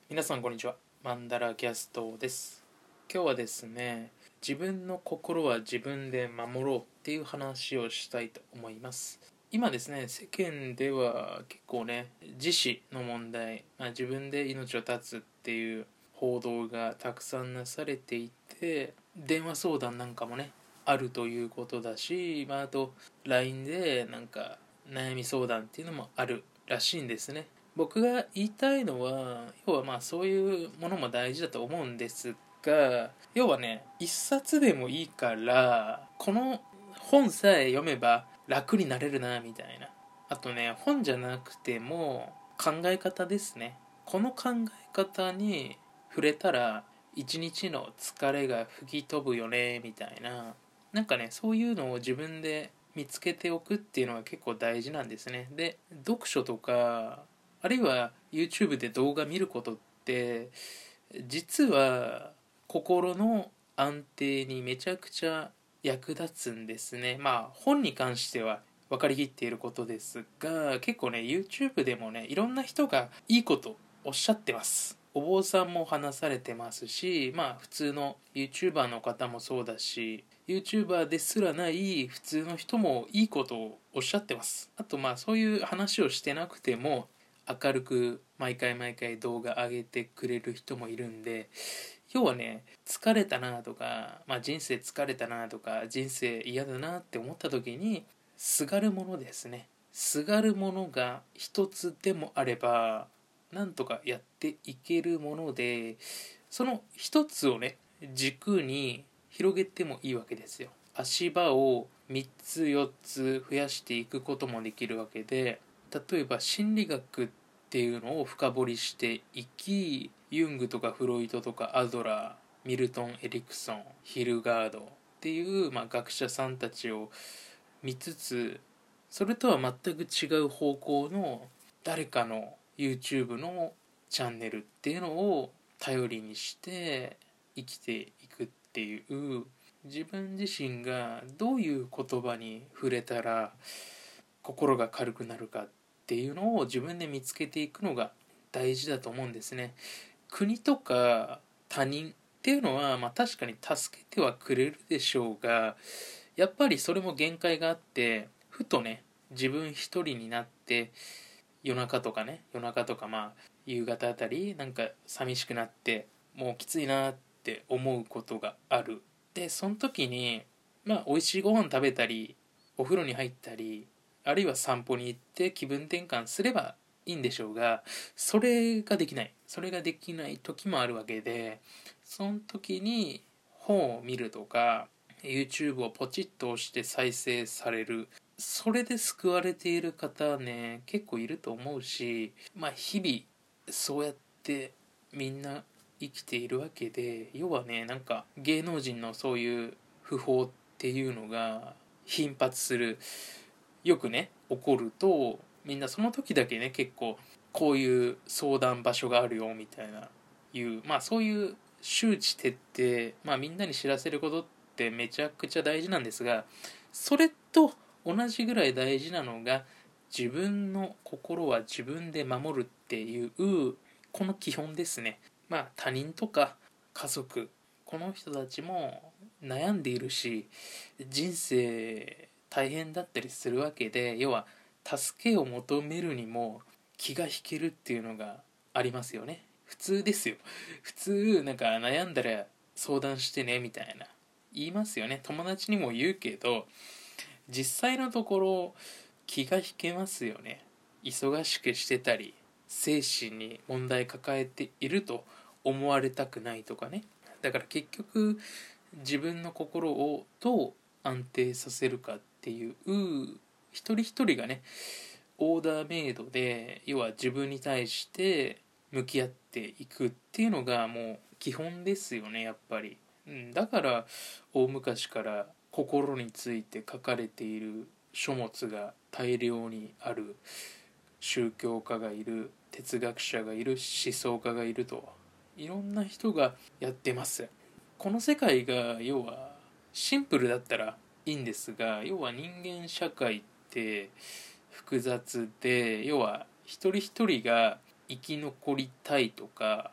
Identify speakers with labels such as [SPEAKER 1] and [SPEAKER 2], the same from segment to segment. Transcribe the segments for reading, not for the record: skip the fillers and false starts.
[SPEAKER 1] 皆さんこんにちは。マンダラキャストです。今日はですね、自分の心は自分で守ろうっていう話をしたいと思います。今ですね、世間では結構ね、自死の問題、自分で命を絶つっていう報道がたくさんなされていて、電話相談なんかもね、あるということだし、あと LINE で悩み相談っていうのもあるらしいんですね。僕が言いたいのは、要はそういうものも大事だと思うんですが、要はね、一冊でもいいからこの本さえ読めば楽になれるなみたいな。あとね、本じゃなくても考え方ですね。この考え方に触れたら一日の疲れが吹き飛ぶよねみたいな、そういうのを自分で見つけておくっていうのが結構大事なんですね。で、読書とかあるいは YouTube で動画見ることって実は心の安定にめちゃくちゃ役立つんですね。本に関しては分かりきっていることですが、結構ね YouTube でもね、いろんな人がいいことおっしゃってます。お坊さんも話されてますし、普通の YouTuber の方もそうだし、 YouTuber ですらない普通の人もいいことをおっしゃってます。あとそういう話をしてなくても明るく毎回毎回動画上げてくれる人もいるんで、要はね、疲れたなとか、人生疲れたなとか、人生嫌だなって思った時にすがるものですね。すがるものが一つでもあればなんとかやっていけるもので、その一つをね軸に広げてもいいわけですよ。足場を3つ4つ増やしていくこともできるわけで、例えば心理学っていうのを深掘りしていき、ユングとかフロイトとかアドラー、ミルトン・エリクソン、ヒルガードっていう、学者さんたちを見つつ、それとは全く違う方向の誰かの YouTube のチャンネルっていうのを頼りにして生きていくっていう、自分自身がどういう言葉に触れたら心が軽くなるかっていうのを自分で見つけていくのが大事だと思うんですね。国とか他人っていうのは、確かに助けてはくれるでしょうが、やっぱりそれも限界があって、ふとね自分一人になって夜中とか夕方あたり寂しくなって、もうきついなって思うことがある。でその時に美味しいご飯食べたり、お風呂に入ったり、あるいは散歩に行って気分転換すればいいんでしょうが、それができない時もあるわけで、その時に本を見るとか YouTube をポチッと押して再生される、それで救われている方ね結構いると思うし、日々そうやってみんな生きているわけで、要はね芸能人のそういう訃報っていうのが頻発する、よくね起こると、みんなその時だけね結構こういう相談場所があるよみたいなそういう周知徹底、みんなに知らせることってめちゃくちゃ大事なんですが、それと同じぐらい大事なのが自分の心は自分で守るっていうこの基本ですね。他人とか家族、この人たちも悩んでいるし、人生大変だったりするわけで、要は助けを求めるにも気が引けるっていうのがありますよね。普通ですよ。普通悩んだら相談してねみたいな言いますよね。友達にも言うけど、実際のところ気が引けますよね。忙しくしてたり、精神に問題抱えていると思われたくないとかね。だから結局自分の心をどう安定させるかっていう、一人一人がねオーダーメイドで、要は自分に対して向き合っていくっていうのがもう基本ですよね、やっぱり。だから大昔から心について書かれている書物が大量にある、宗教家がいる、哲学者がいる、思想家がいると、いろんな人がやってます。この世界が要はシンプルだったらいいんですが、要は人間社会って複雑で、要は一人一人が生き残りたいとか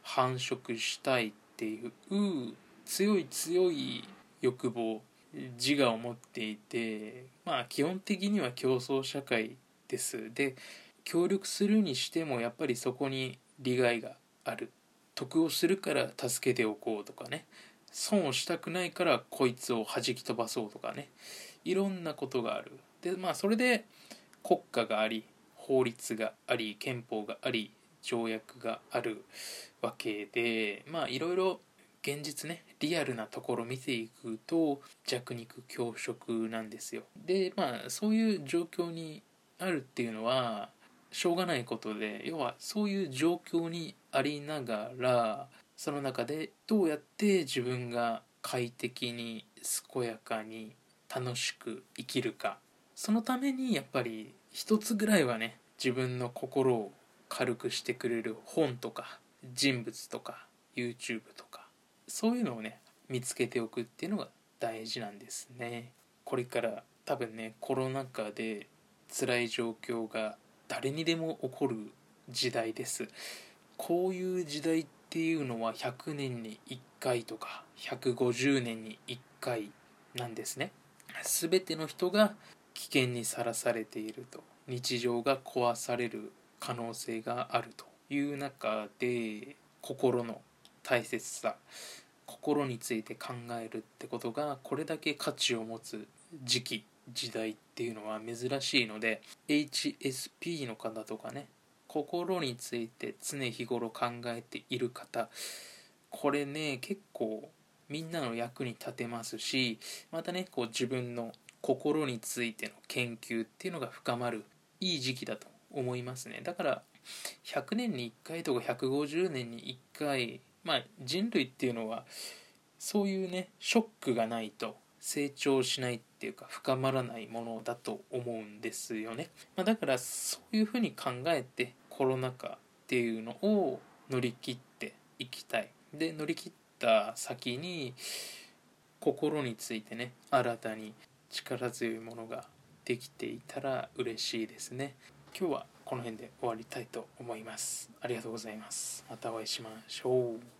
[SPEAKER 1] 繁殖したいっていう強い強い欲望、自我を持っていて、基本的には競争社会です。で、協力するにしてもやっぱりそこに利害がある。得をするから助けておこうとかね、損をしたくないからこいつを弾き飛ばそうとかね、いろんなことがある。でそれで国家があり、法律があり、憲法があり、条約があるわけで、いろいろ現実ね、リアルなところ見ていくと弱肉強食なんですよ。でそういう状況にあるっていうのはしょうがないことで、要はそういう状況にありながら、その中でどうやって自分が快適に健やかに楽しく生きるか、そのためにやっぱり一つぐらいはね、自分の心を軽くしてくれる本とか人物とか YouTube とか、そういうのをね見つけておくっていうのが大事なんですね。これから多分ね、コロナ禍で辛い状況が誰にでも起こる時代です。こういう時代っていうのは100年に1回とか150年に1回なんですね。全ての人が危険にさらされていると、日常が壊される可能性があるという中で、心の大切さ、心について考えるってことがこれだけ価値を持つ時代っていうのは珍しいので、 HSP の方とかね、心について常日頃考えている方、これね結構みんなの役に立てますし、またね自分の心についての研究っていうのが深まるいい時期だと思いますね。だから100年に1回とか150年に1回、人類っていうのはそういうねショックがないと成長しないっていうか深まらないものだと思うんですよね。だからそういうふうに考えてコロナ禍っていうのを乗り切っていきたい。で乗り切った先に心についてね新たに力強いものができていたら嬉しいですね。今日はこの辺で終わりたいと思います。ありがとうございます。またお会いしましょう。